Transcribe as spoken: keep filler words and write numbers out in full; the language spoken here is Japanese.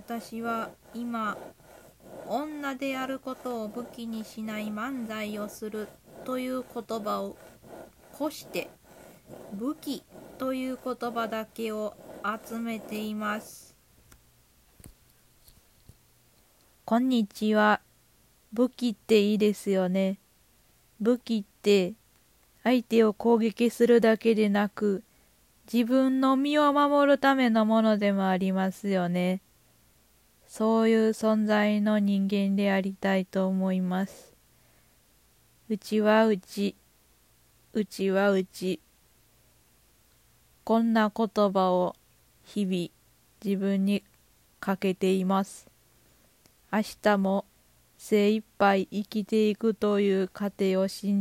私は今、女であることを武器にしない漫才をするという言葉を越して武器という言葉だけを集めています。こんにちは。武器っていいですよね。武器って相手を攻撃するだけでなく、自分の身を守るためのものでもありますよね。そういう存在の人間でありたいと思います。うちはうち、うちはうち。こんな言葉を日々自分にかけています。明日も精一杯生きていくという糧を信じ